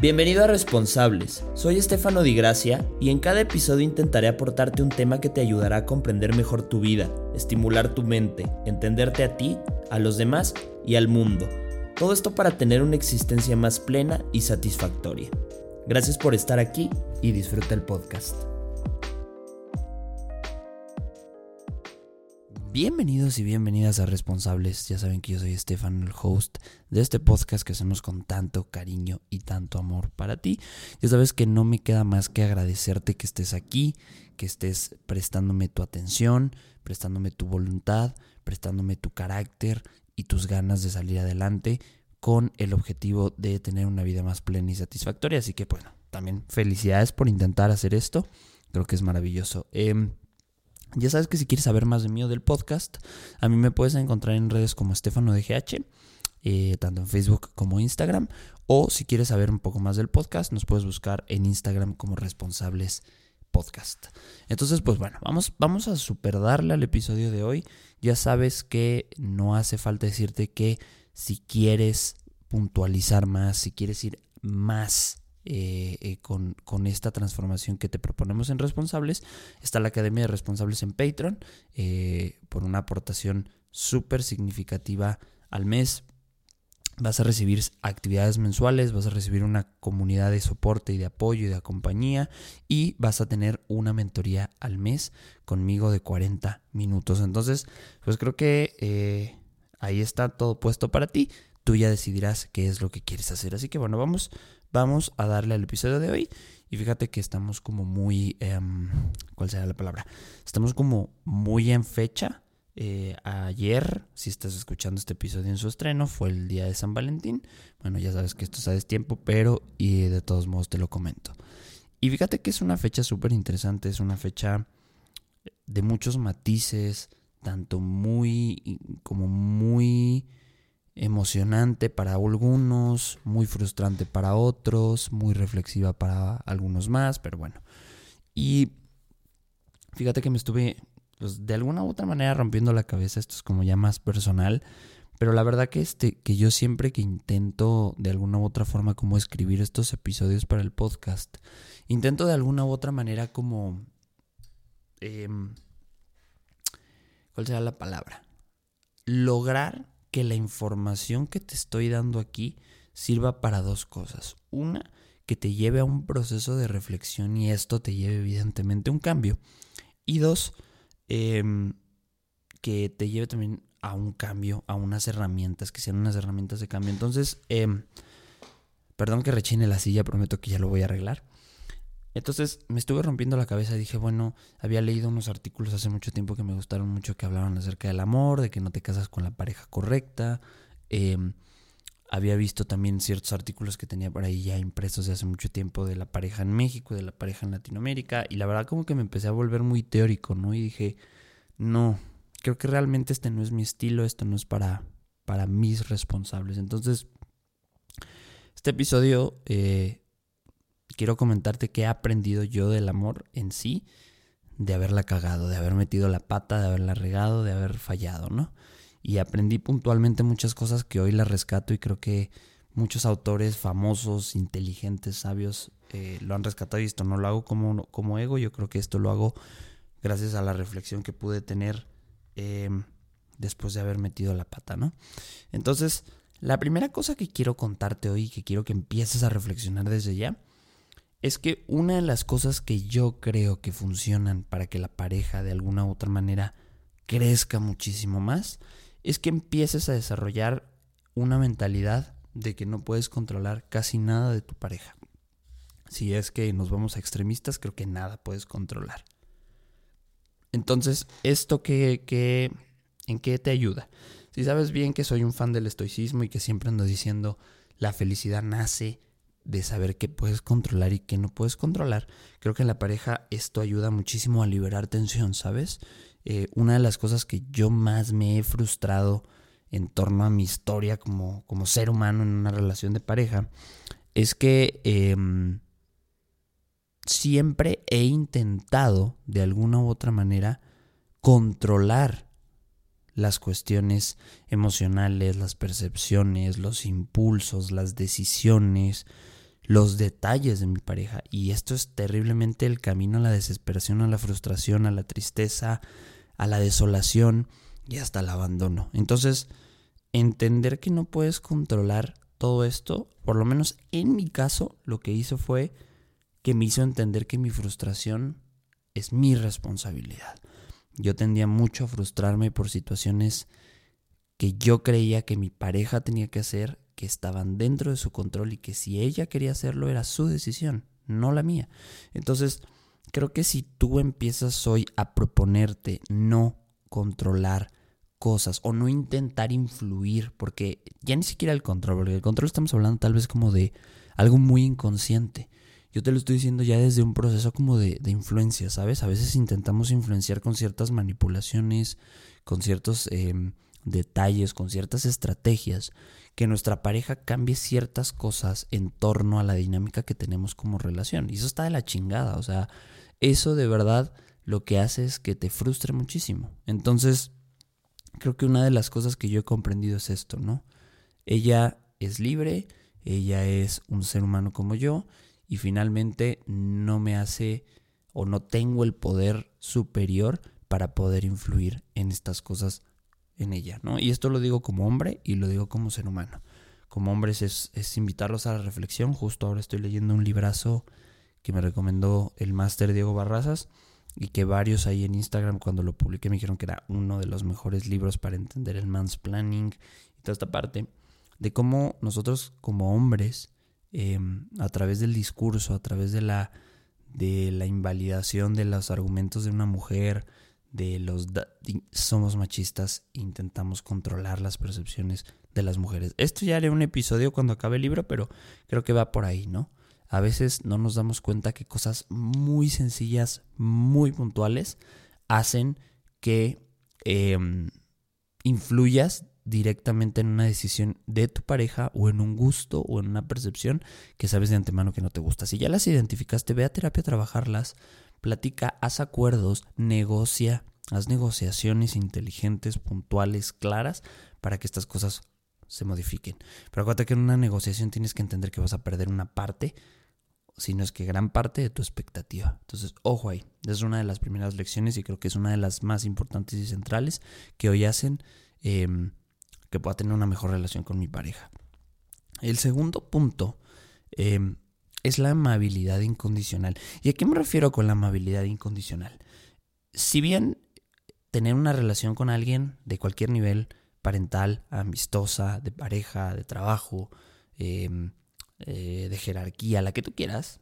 Bienvenido a Responsables, soy Estefano Di Gracia y en cada episodio intentaré aportarte un tema que te ayudará a comprender mejor tu vida, estimular tu mente, entenderte a ti, a los demás y al mundo. Todo esto para tener una existencia más plena y satisfactoria. Gracias por estar aquí y disfruta el podcast. Bienvenidos y bienvenidas a Responsables. Ya saben que yo soy Estefano, el host de este podcast que hacemos con tanto cariño y tanto amor para ti. Ya sabes que no me queda más que agradecerte que estés aquí, que estés prestándome tu atención, prestándome tu voluntad, prestándome tu carácter y tus ganas de salir adelante con el objetivo de tener una vida más plena y satisfactoria. Así que bueno, también felicidades por intentar hacer esto. Creo que es maravilloso. Ya sabes que si quieres saber más de mí o del podcast, a mí me puedes encontrar en redes como StefanoDGH, tanto en Facebook como Instagram. O si quieres saber un poco más del podcast, nos puedes buscar en Instagram como Responsables Podcast. Entonces, pues bueno, vamos a super darle al episodio de hoy. Ya sabes que no hace falta decirte que si quieres puntualizar más, si quieres ir más con esta transformación que te proponemos en Responsables, está la Academia de Responsables en Patreon, por una aportación súper significativa al mes. Vas a recibir actividades mensuales, vas a recibir una comunidad de soporte y de apoyo y de compañía, y vas a tener una mentoría al mes conmigo de 40 minutos. Entonces, pues creo que ahí está todo puesto para ti. Tú ya decidirás qué es lo que quieres hacer. Así que bueno, vamos a darle al episodio de hoy. Y fíjate que estamos como muy... ¿cuál será la palabra? Estamos como muy en fecha. Ayer, si estás escuchando este episodio en su estreno, fue el día de San Valentín. Bueno, ya sabes que esto es a destiempo, pero de todos modos te lo comento. Y fíjate que es una fecha súper interesante. Es una fecha de muchos matices, tanto muy emocionante para algunos, muy frustrante para otros, muy reflexiva para algunos más, pero bueno. Y fíjate que me estuve, pues, de alguna u otra manera rompiendo la cabeza. Esto es como ya más personal, pero la verdad que que yo siempre que intento de alguna u otra forma como escribir estos episodios para el podcast, intento de alguna u otra manera como ¿cuál será la palabra? Lograr que la información que te estoy dando aquí sirva para dos cosas. Una, que te lleve a un proceso de reflexión y esto te lleve evidentemente a un cambio. Y dos, que te lleve también a un cambio, a unas herramientas, que sean unas herramientas de cambio. Entonces, perdón que rechine la silla, prometo que ya lo voy a arreglar. Entonces me estuve rompiendo la cabeza y dije, bueno, había leído unos artículos hace mucho tiempo que me gustaron mucho, que hablaban acerca del amor, de que no te casas con la pareja correcta. Había visto también ciertos artículos que tenía por ahí ya impresos de hace mucho tiempo de la pareja en México, de la pareja en Latinoamérica. Y la verdad como que me empecé a volver muy teórico, ¿no? Y dije, no, creo que realmente este no es mi estilo, esto no es para mis responsables. Entonces, este episodio... quiero comentarte qué he aprendido yo del amor en sí, de haberla cagado, de haber metido la pata, de haberla regado, de haber fallado, ¿no? Y aprendí puntualmente muchas cosas que hoy las rescato y creo que muchos autores famosos, inteligentes, sabios lo han rescatado, y esto no lo hago como ego. Yo creo que esto lo hago gracias a la reflexión que pude tener después de haber metido la pata, ¿no? Entonces, la primera cosa que quiero contarte hoy, que quiero que empieces a reflexionar desde ya, es que una de las cosas que yo creo que funcionan para que la pareja de alguna u otra manera crezca muchísimo más es que empieces a desarrollar una mentalidad de que no puedes controlar casi nada de tu pareja. Si es que nos vamos a extremistas, creo que nada puedes controlar. Entonces, ¿esto en qué te ayuda? Si sabes bien que soy un fan del estoicismo y que siempre ando diciendo la felicidad nace de saber qué puedes controlar y qué no puedes controlar, creo que en la pareja esto ayuda muchísimo a liberar tensión, ¿sabes? Una de las cosas que yo más me he frustrado en torno a mi historia como ser humano en una relación de pareja es que siempre he intentado de alguna u otra manera controlar las cuestiones emocionales, las percepciones, los impulsos, las decisiones, los detalles de mi pareja. Y esto es terriblemente el camino a la desesperación, a la frustración, a la tristeza, a la desolación y hasta el abandono. Entonces, entender que no puedes controlar todo esto, por lo menos en mi caso, lo que hizo fue que me hizo entender que mi frustración es mi responsabilidad. Yo tendía mucho a frustrarme por situaciones que yo creía que mi pareja tenía que hacer, que estaban dentro de su control y que si ella quería hacerlo era su decisión, no la mía. Entonces, creo que si tú empiezas hoy a proponerte no controlar cosas o no intentar influir, porque ya ni siquiera el control, porque el control estamos hablando tal vez como de algo muy inconsciente. Yo te lo estoy diciendo ya desde un proceso como de influencia, ¿sabes? A veces intentamos influenciar con ciertas manipulaciones, con ciertos detalles, con ciertas estrategias, que nuestra pareja cambie ciertas cosas en torno a la dinámica que tenemos como relación. Y eso está de la chingada, o sea, eso de verdad lo que hace es que te frustre muchísimo. Entonces, creo que una de las cosas que yo he comprendido es esto, ¿no? Ella es libre, ella es un ser humano como yo y finalmente no me hace o no tengo el poder superior para poder influir en estas cosas en ella, ¿no? Y esto lo digo como hombre y lo digo como ser humano. Como hombres es invitarlos a la reflexión. Justo ahora estoy leyendo un librazo que me recomendó el máster Diego Barrazas y que varios ahí en Instagram cuando lo publiqué me dijeron que era uno de los mejores libros para entender el mansplaining y toda esta parte de cómo nosotros como hombres a través del discurso, a través de la invalidación de los argumentos de una mujer, somos machistas e intentamos controlar las percepciones de las mujeres. Esto ya haré un episodio cuando acabe el libro, pero creo que va por ahí, ¿no? A veces no nos damos cuenta que cosas muy sencillas, muy puntuales, hacen que influyas directamente en una decisión de tu pareja o en un gusto o en una percepción que sabes de antemano que no te gusta. Si ya las identificaste, ve a terapia a trabajarlas, platica, haz acuerdos, negocia, haz negociaciones inteligentes, puntuales, claras para que estas cosas se modifiquen. Pero acuérdate que en una negociación tienes que entender que vas a perder una parte, si no es que gran parte de tu expectativa. Entonces, ojo ahí. Es una de las primeras lecciones y creo que es una de las más importantes y centrales que hoy hacen que pueda tener una mejor relación con mi pareja. El segundo punto es la amabilidad incondicional. ¿Y a qué me refiero con la amabilidad incondicional? Si bien tener una relación con alguien de cualquier nivel, parental, amistosa, de pareja, de trabajo, de jerarquía, la que tú quieras,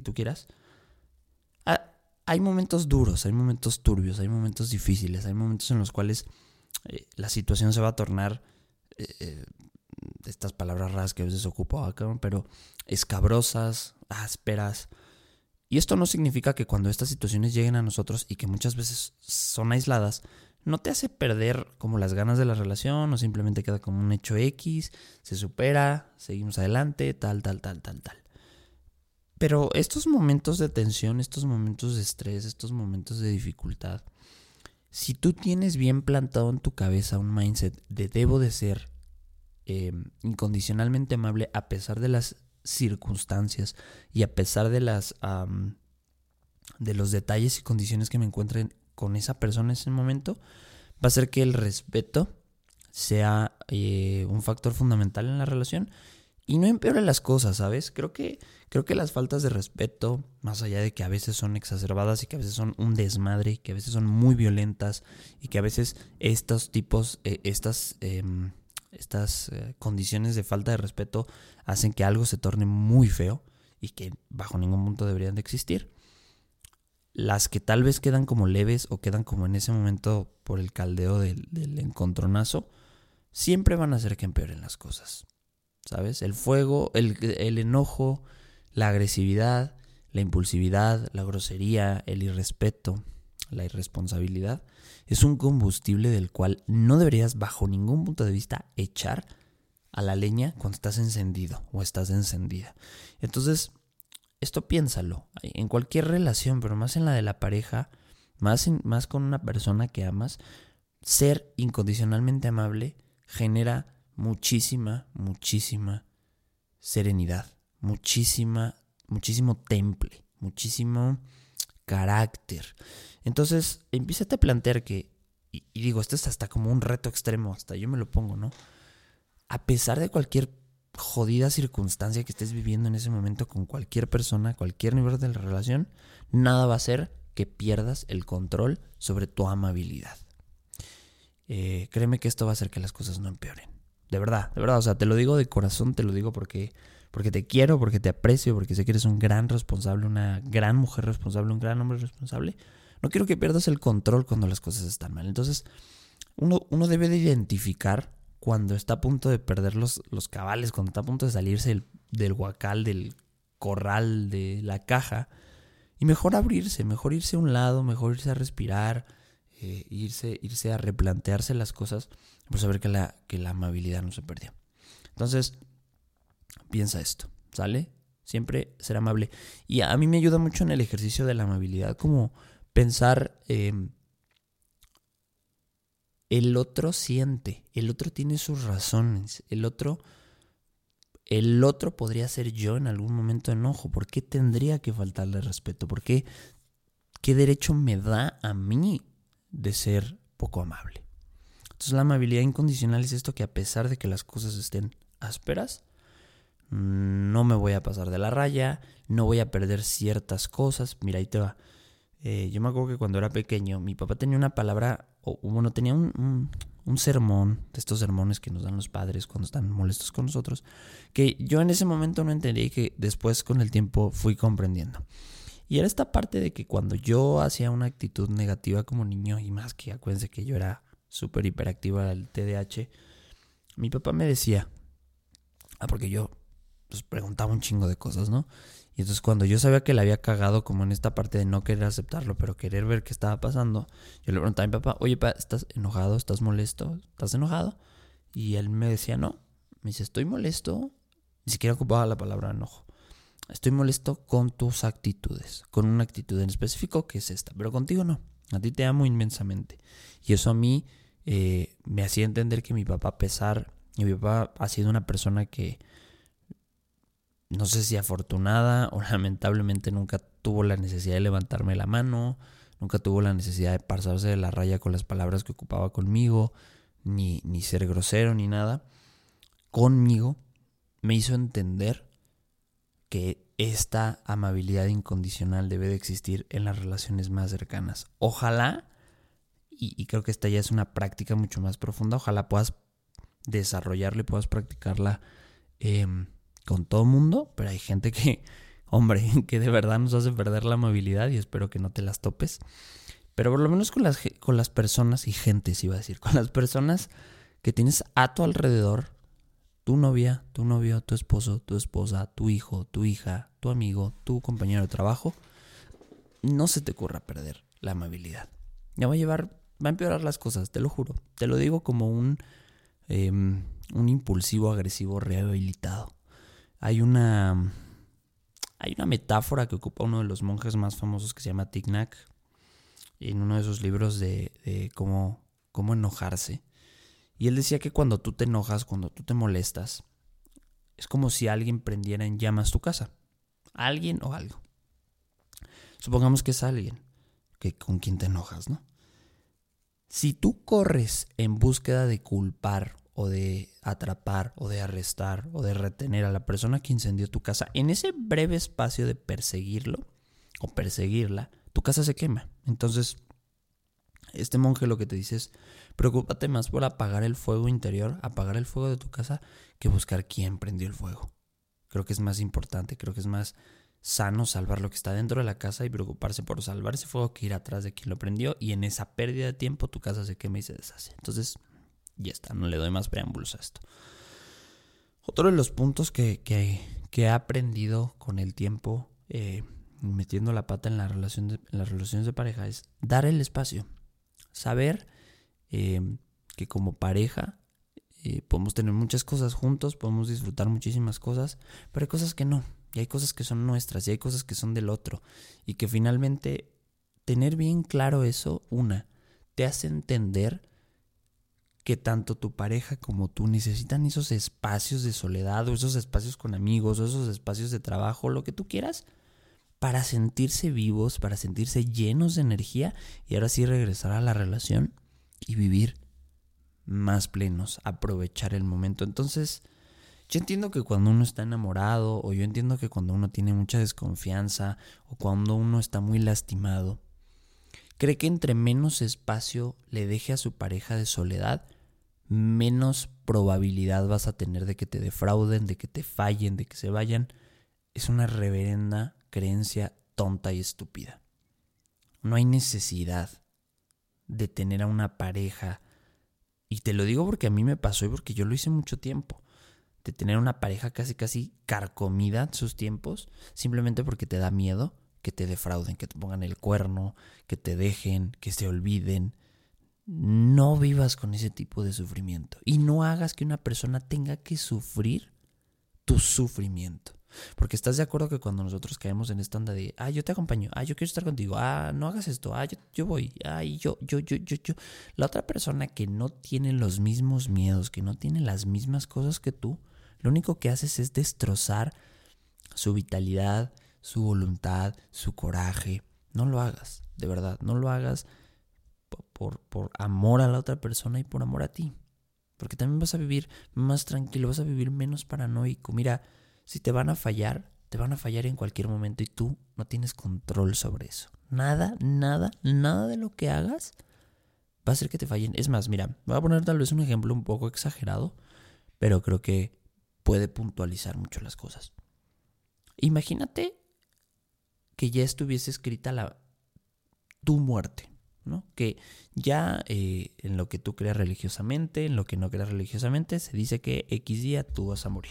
hay momentos duros, hay momentos turbios, hay momentos difíciles, hay momentos en los cuales la situación se va a tornar, estas palabras raras que a veces ocupo acá, pero escabrosas, ásperas. Y esto no significa que cuando estas situaciones lleguen a nosotros y que muchas veces son aisladas, no te hace perder como las ganas de la relación o simplemente queda como un hecho X, se supera, seguimos adelante, tal. Pero estos momentos de tensión, estos momentos de estrés, estos momentos de dificultad, si tú tienes bien plantado en tu cabeza un mindset de debo de ser incondicionalmente amable a pesar de las circunstancias y a pesar de de los detalles y condiciones que me encuentren con esa persona en ese momento, va a ser que el respeto sea un factor fundamental en la relación y no empeore las cosas, ¿sabes? Creo que las faltas de respeto, más allá de que a veces son exacerbadas y que a veces son un desmadre y que a veces son muy violentas y que a veces estos tipos, estas condiciones de falta de respeto hacen que algo se torne muy feo y que bajo ningún punto deberían de existir. Las que tal vez quedan como leves o quedan como en ese momento por el caldeo del encontronazo, siempre van a hacer que empeoren las cosas, ¿sabes? El fuego, el enojo, la agresividad, la impulsividad, la grosería, el irrespeto, la irresponsabilidad, es un combustible del cual no deberías bajo ningún punto de vista echar a la leña cuando estás encendido o estás encendida. Entonces, esto piénsalo, en cualquier relación, pero más en la de la pareja, más con una persona que amas, ser incondicionalmente amable genera muchísima serenidad, muchísimo temple, muchísimo carácter. Entonces, empiézate a plantear que, y digo, esto es hasta como un reto extremo, hasta yo me lo pongo, ¿no? A pesar de cualquier jodida circunstancia que estés viviendo en ese momento con cualquier persona, cualquier nivel de la relación, nada va a hacer que pierdas el control sobre tu amabilidad. Créeme que esto va a hacer que las cosas no empeoren. De verdad, o sea, te lo digo de corazón, te lo digo porque te quiero, porque te aprecio, porque sé que eres un gran responsable, una gran mujer responsable, un gran hombre responsable. No quiero que pierdas el control cuando las cosas están mal. Entonces, uno debe de identificar cuando está a punto de perder los cabales, cuando está a punto de salirse del huacal, del corral, de la caja, y mejor abrirse, mejor irse a un lado, mejor irse a respirar, irse a replantearse las cosas, por saber que la amabilidad no se perdió. Entonces, piensa esto, ¿sale? Siempre ser amable. Y a mí me ayuda mucho en el ejercicio de la amabilidad, como pensar, el otro siente, el otro tiene sus razones, el otro podría ser yo en algún momento de enojo. ¿Por qué tendría que faltarle respeto? ¿Por qué? ¿Qué derecho me da a mí de ser poco amable? Entonces la amabilidad incondicional es esto, que a pesar de que las cosas estén ásperas, no me voy a pasar de la raya, no voy a perder ciertas cosas. Mira, ahí te va. Yo me acuerdo que cuando era pequeño, mi papá tenía una palabra, tenía un sermón, de estos sermones que nos dan los padres cuando están molestos con nosotros, que yo en ese momento no entendí y que después con el tiempo fui comprendiendo. Y era esta parte de que cuando yo hacía una actitud negativa como niño, y más que acuérdense que yo era súper hiperactiva del TDAH, mi papá me decía, porque yo pues preguntaba un chingo de cosas, ¿no? Y entonces cuando yo sabía que la había cagado como en esta parte de no querer aceptarlo, pero querer ver qué estaba pasando, yo le preguntaba a mi papá, oye, papá, ¿estás enojado? ¿Estás molesto? ¿Estás enojado? Y él me decía, no. Me dice, estoy molesto. Ni siquiera ocupaba la palabra enojo. Estoy molesto con tus actitudes, con una actitud en específico que es esta, pero contigo no. A ti te amo inmensamente. Y eso a mí me hacía entender que mi papá, mi papá ha sido una persona que, no sé si afortunada o lamentablemente, nunca tuvo la necesidad de levantarme la mano, nunca tuvo la necesidad de pasarse de la raya con las palabras que ocupaba conmigo, ni ser grosero ni nada. Conmigo me hizo entender que esta amabilidad incondicional debe de existir en las relaciones más cercanas. Ojalá, y creo que esta ya es una práctica mucho más profunda, ojalá puedas desarrollarla y puedas practicarla con todo mundo, pero hay gente que, hombre, que de verdad nos hace perder la amabilidad y espero que no te las topes. Pero por lo menos con las personas y gentes, iba a decir, con las personas que tienes a tu alrededor, tu novia, tu novio, tu esposo, tu esposa, tu hijo, tu hija, tu amigo, tu compañero de trabajo, no se te ocurra perder la amabilidad. Ya va a empeorar las cosas, te lo juro. Te lo digo como un impulsivo agresivo rehabilitado. Hay una metáfora que ocupa uno de los monjes más famosos que se llama Thich Nhat en uno de sus libros de cómo enojarse. Y él decía que cuando tú te enojas, cuando tú te molestas, es como si alguien prendiera en llamas tu casa. Alguien o algo. Supongamos que es alguien con quien te enojas, ¿no? Si tú corres en búsqueda de culpar o de atrapar o de arrestar o de retener a la persona que incendió tu casa, en ese breve espacio de perseguirlo o perseguirla, tu casa se quema. Entonces, este monje lo que te dice es, preocúpate más por apagar el fuego interior, apagar el fuego de tu casa, que buscar quién prendió el fuego. Creo que es más importante, creo que es más sano salvar lo que está dentro de la casa y preocuparse por salvar ese fuego que ir atrás de quien lo prendió, y en esa pérdida de tiempo tu casa se quema y se deshace. Entonces, ya está, no le doy más preámbulos a esto. Otro de los puntos que he aprendido con el tiempo, metiendo la pata en las relaciones de pareja, es dar el espacio. Saber que como pareja podemos tener muchas cosas juntos, podemos disfrutar muchísimas cosas, pero hay cosas que no, y hay cosas que son nuestras, y hay cosas que son del otro, y que finalmente tener bien claro eso, te hace entender que tanto tu pareja como tú necesitan esos espacios de soledad o esos espacios con amigos o esos espacios de trabajo, lo que tú quieras, para sentirse vivos, para sentirse llenos de energía y ahora sí regresar a la relación y vivir más plenos, aprovechar el momento. Entonces, yo entiendo que cuando uno está enamorado, o yo entiendo que cuando uno tiene mucha desconfianza, o cuando uno está muy lastimado, cree que entre menos espacio le deje a su pareja de soledad, menos probabilidad vas a tener de que te defrauden, de que te fallen, de que se vayan. Es una reverenda creencia tonta y estúpida. No hay necesidad de tener a una pareja, y te lo digo porque a mí me pasó y porque yo lo hice mucho tiempo, de tener una pareja casi carcomida en sus tiempos, simplemente porque te da miedo que te defrauden, que te pongan el cuerno, que te dejen, que se olviden. No vivas con ese tipo de sufrimiento y no hagas que una persona tenga que sufrir tu sufrimiento. Porque estás de acuerdo que cuando nosotros caemos en esta onda de, yo te acompaño, yo quiero estar contigo, no hagas esto, yo voy, yo. La otra persona que no tiene los mismos miedos, que no tiene las mismas cosas que tú, lo único que haces es destrozar su vitalidad, su voluntad, su coraje. No lo hagas, de verdad, no lo hagas por amor a la otra persona y por amor a ti. Porque también vas a vivir más tranquilo, vas a vivir menos paranoico. Mira, si te van a fallar en cualquier momento y tú no tienes control sobre eso. Nada de lo que hagas va a hacer que te fallen. Es más, mira, voy a poner tal vez un ejemplo un poco exagerado, pero creo que puede puntualizar mucho las cosas. Imagínate que ya estuviese escrita tu muerte, ¿no? Que ya en lo que tú creas religiosamente, en lo que no creas religiosamente, se dice que X día tú vas a morir.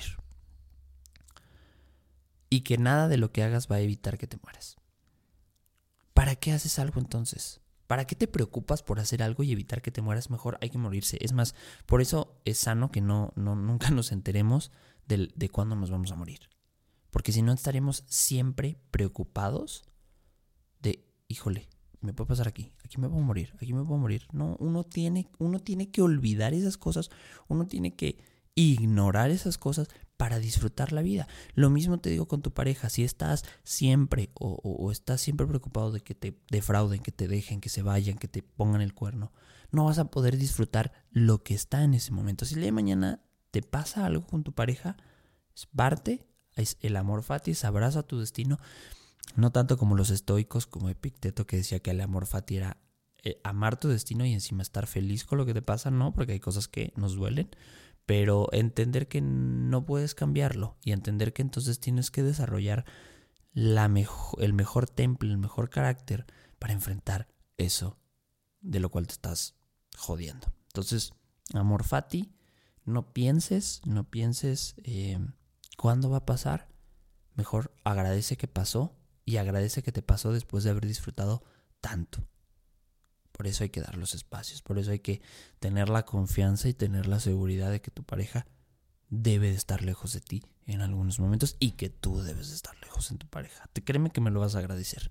Y que nada de lo que hagas va a evitar que te mueras. ¿Para qué haces algo entonces? ¿Para qué te preocupas por hacer algo y evitar que te mueras? Mejor hay que morirse. Es más, por eso es sano que nunca nos enteremos de cuándo nos vamos a morir. Porque si no estaremos siempre preocupados de, híjole, me puede pasar aquí me puedo morir. No, uno tiene que olvidar esas cosas, uno tiene que ignorar esas cosas para disfrutar la vida. Lo mismo te digo con tu pareja, si estás siempre o estás siempre preocupado de que te defrauden, que te dejen, que se vayan, que te pongan el cuerno, no vas a poder disfrutar lo que está en ese momento. Si el día de mañana te pasa algo con tu pareja, es parte, es el amor fati, es abraza tu destino. No tanto como los estoicos, como Epicteto, que decía que el amor fati era amar tu destino y encima estar feliz con lo que te pasa, no, porque hay cosas que nos duelen, pero entender que no puedes cambiarlo y entender que entonces tienes que desarrollar el mejor temple, el mejor carácter para enfrentar eso de lo cual te estás jodiendo. Entonces, amor fati, no pienses cuándo va a pasar, mejor agradece que pasó. Y agradece que te pasó después de haber disfrutado tanto. Por eso hay que dar los espacios. Por eso hay que tener la confianza y tener la seguridad de que tu pareja debe de estar lejos de ti en algunos momentos y que tú debes de estar lejos de tu pareja. Créeme que me lo vas a agradecer.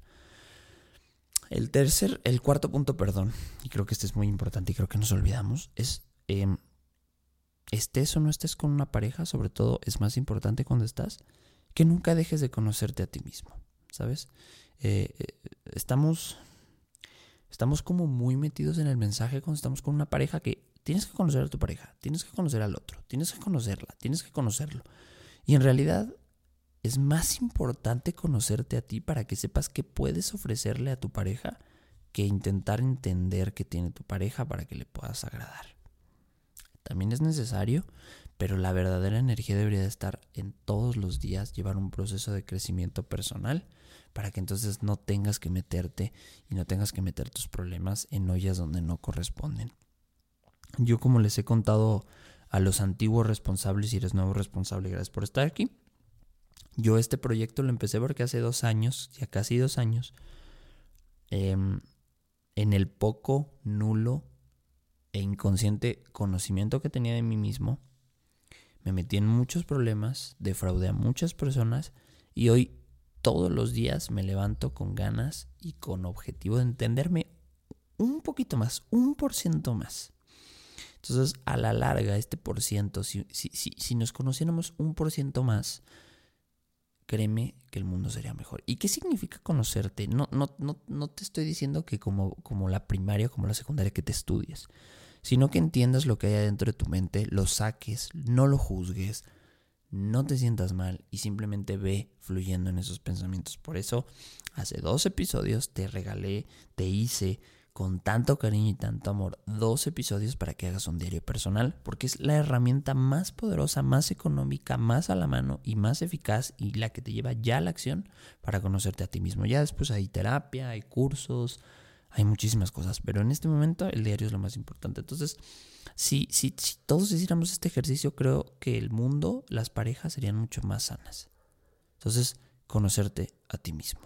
El cuarto punto, y creo que este es muy importante y creo que nos olvidamos, es estés o no estés con una pareja, sobre todo es más importante cuando estás, que nunca dejes de conocerte a ti mismo. ¿Sabes? Estamos como muy metidos en el mensaje cuando estamos con una pareja que tienes que conocer a tu pareja, tienes que conocer al otro, tienes que conocerla, tienes que conocerlo. Y en realidad es más importante conocerte a ti para que sepas qué puedes ofrecerle a tu pareja que intentar entender qué tiene tu pareja para que le puedas agradar. También es necesario, pero la verdadera energía debería de estar en todos los días, llevar un proceso de crecimiento personal para que entonces no tengas que meterte y no tengas que meter tus problemas en ollas donde no corresponden. Yo, como les he contado a los antiguos responsables y los nuevos responsables, gracias por estar aquí. Yo este proyecto lo empecé porque hace 2 años, ya casi 2 años, en el poco, nulo e inconsciente conocimiento que tenía de mí mismo, me metí en muchos problemas, defraudé a muchas personas y hoy todos los días me levanto con ganas y con objetivo de entenderme un poquito más, 1% más. Entonces, a la larga, este por ciento, si nos conociéramos 1% más, créeme que el mundo sería mejor. ¿Y qué significa conocerte? No te estoy diciendo que como la primaria o como la secundaria que te estudies, sino que entiendas lo que hay adentro de tu mente, lo saques, no lo juzgues, no te sientas mal y simplemente ve fluyendo en esos pensamientos. Por eso, hace 2 episodios te hice con tanto cariño y tanto amor 2 episodios para que hagas un diario personal, porque es la herramienta más poderosa, más económica, más a la mano y más eficaz y la que te lleva ya a la acción para conocerte a ti mismo. Ya después hay terapia, hay cursos, hay muchísimas cosas, pero en este momento el diario es lo más importante. Entonces, si todos hiciéramos este ejercicio, creo que el mundo, las parejas serían mucho más sanas. Entonces, conocerte a ti mismo.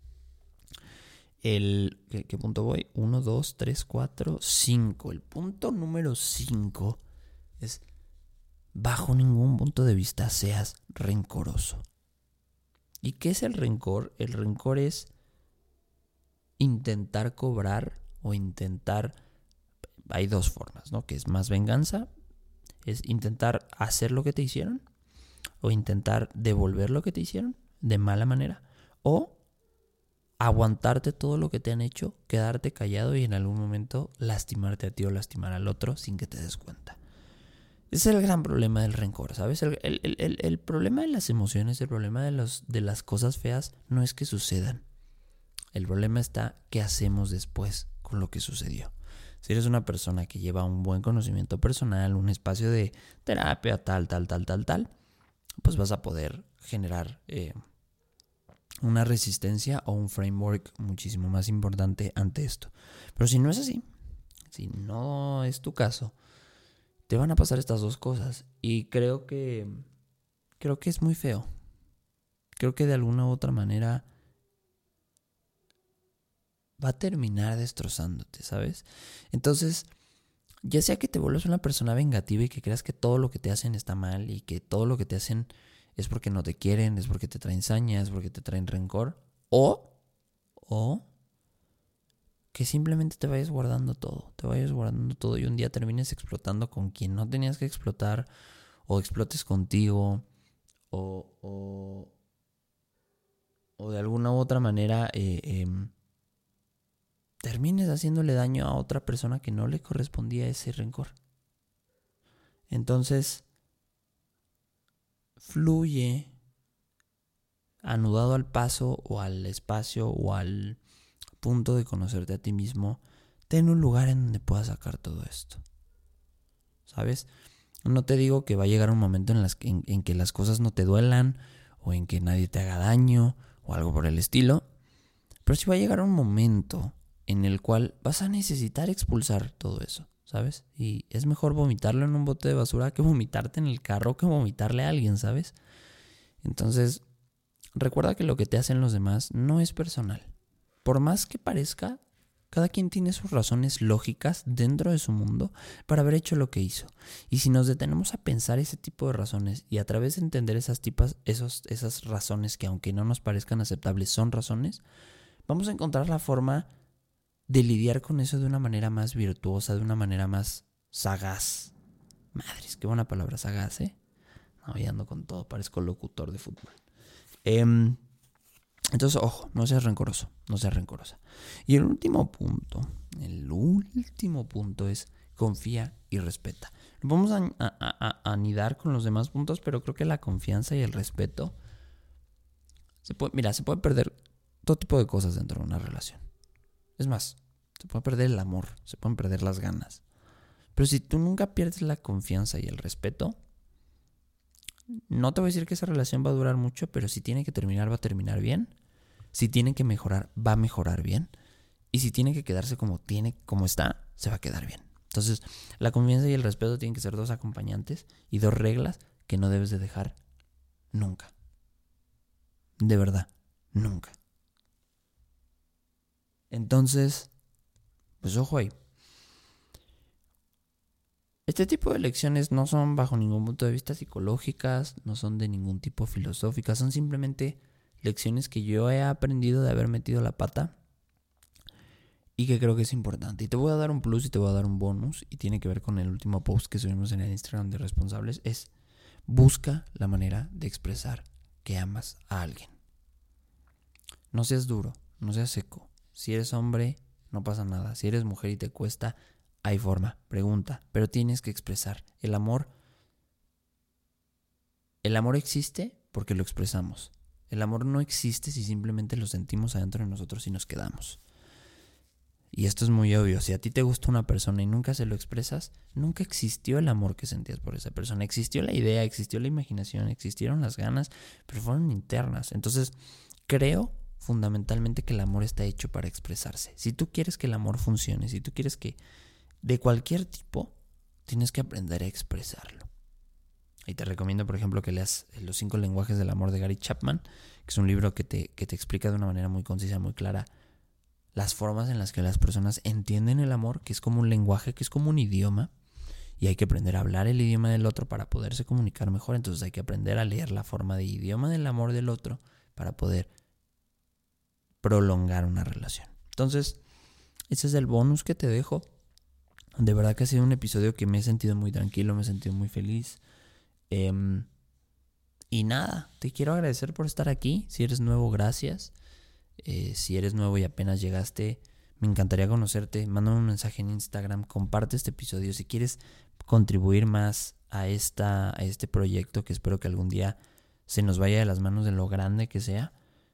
¿Qué punto voy? 1, 2, 3, 4, 5. El punto número 5 es: bajo ningún punto de vista seas rencoroso. ¿Y qué es el rencor? El rencor es intentar cobrar o intentar... Hay 2 formas, ¿no? Que es más venganza, es intentar hacer lo que te hicieron o intentar devolver lo que te hicieron de mala manera, o aguantarte todo lo que te han hecho, quedarte callado y en algún momento lastimarte a ti o lastimar al otro sin que te des cuenta. Ese es el gran problema del rencor, ¿sabes? El problema de las emociones, el problema de las cosas feas no es que sucedan. El problema está qué hacemos después con lo que sucedió. Si eres una persona que lleva un buen conocimiento personal, un espacio de terapia, tal, pues vas a poder generar una resistencia o un framework muchísimo más importante ante esto. Pero si no es así, si no es tu caso, te van a pasar estas 2 cosas. Y creo que es muy feo. Creo que de alguna u otra manera va a terminar destrozándote, ¿sabes? Entonces, ya sea que te vuelvas una persona vengativa y que creas que todo lo que te hacen está mal y que todo lo que te hacen es porque no te quieren, es porque te traen saña, es porque te traen rencor, o que simplemente te vayas guardando todo y un día termines explotando con quien no tenías que explotar, o explotes contigo, o de alguna u otra manera termines haciéndole daño a otra persona que no le correspondía ese rencor. Entonces, fluye anudado al paso o al espacio o al punto de conocerte a ti mismo. Ten un lugar en donde puedas sacar todo esto, ¿sabes? No te digo que va a llegar un momento en que las cosas no te duelan o en que nadie te haga daño o algo por el estilo, pero sí va a llegar un momento en el cual vas a necesitar expulsar todo eso, ¿sabes? Y es mejor vomitarlo en un bote de basura que vomitarte en el carro, que vomitarle a alguien, ¿sabes? Entonces, recuerda que lo que te hacen los demás no es personal. Por más que parezca, cada quien tiene sus razones lógicas dentro de su mundo para haber hecho lo que hizo. Y si nos detenemos a pensar ese tipo de razones y a través de entender esas razones que aunque no nos parezcan aceptables son razones, vamos a encontrar la forma de lidiar con eso de una manera más virtuosa, de una manera más sagaz. Madres, qué buena palabra, sagaz, ¿eh? No, ya ando con todo, parezco locutor de fútbol. Entonces, ojo, no seas rencoroso, no seas rencorosa. Y el último punto es confía y respeta. Vamos a anidar con los demás puntos, pero creo que la confianza y el respeto se puede perder todo tipo de cosas dentro de una relación. Es más, se puede perder el amor, se pueden perder las ganas. Pero si tú nunca pierdes la confianza y el respeto, no te voy a decir que esa relación va a durar mucho, pero si tiene que terminar, va a terminar bien. Si tiene que mejorar, va a mejorar bien. Y si tiene que quedarse como está, se va a quedar bien. Entonces, la confianza y el respeto tienen que ser 2 acompañantes y 2 reglas que no debes de dejar nunca. De verdad, nunca. Entonces, pues ojo ahí. Este tipo de lecciones no son bajo ningún punto de vista psicológicas, no son de ningún tipo filosóficas, son simplemente lecciones que yo he aprendido de haber metido la pata y que creo que es importante. Y te voy a dar un plus y te voy a dar un bonus, y tiene que ver con el último post que subimos en el Instagram de Responsables, es busca la manera de expresar que amas a alguien. No seas duro, no seas seco. Si eres hombre, no pasa nada. Si eres mujer y te cuesta, hay forma, pregunta, pero tienes que expresar. El amor existe porque lo expresamos. El amor no existe si simplemente lo sentimos adentro de nosotros y nos quedamos. Y esto es muy obvio. Si a ti te gusta una persona y nunca se lo expresas, nunca existió el amor que sentías por esa persona. Existió la idea, existió la imaginación, existieron las ganas, pero fueron internas. Entonces, creo fundamentalmente que el amor está hecho para expresarse. Si tú quieres que el amor funcione, si tú quieres que de cualquier tipo, tienes que aprender a expresarlo. Y te recomiendo, por ejemplo, que leas Los 5 lenguajes del amor de Gary Chapman, que es un libro que te explica de una manera muy concisa, muy clara, las formas en las que las personas entienden el amor, que es como un lenguaje, que es como un idioma, y hay que aprender a hablar el idioma del otro para poderse comunicar mejor. Entonces hay que aprender a leer la forma de idioma del amor del otro para poder prolongar una relación. Entonces, ese es el bonus que te dejo. De verdad que ha sido un episodio que me he sentido muy tranquilo, me he sentido muy feliz. Y nada, te quiero agradecer por estar aquí. Si eres nuevo, gracias. Si eres nuevo y apenas llegaste, me encantaría conocerte. Mándame un mensaje en Instagram, comparte este episodio. Si quieres contribuir más a este proyecto, que espero que algún día se nos vaya de las manos de lo grande que sea,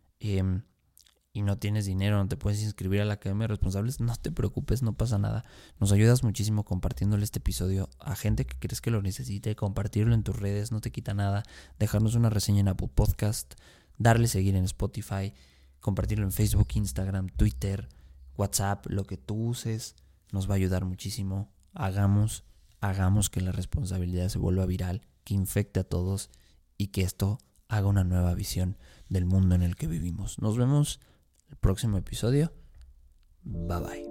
y no tienes dinero, no te puedes inscribir a la Academia de Responsables, no te preocupes, no pasa nada. Nos ayudas muchísimo compartiéndole este episodio a gente que crees que lo necesite, compartirlo en tus redes, no te quita nada, dejarnos una reseña en Apple Podcast, darle seguir en Spotify, compartirlo en Facebook, Instagram, Twitter, WhatsApp, lo que tú uses, nos va a ayudar muchísimo. Hagamos que la responsabilidad se vuelva viral, que infecte a todos y que esto haga una nueva visión del mundo en el que vivimos. Nos vemos el próximo episodio. Bye bye.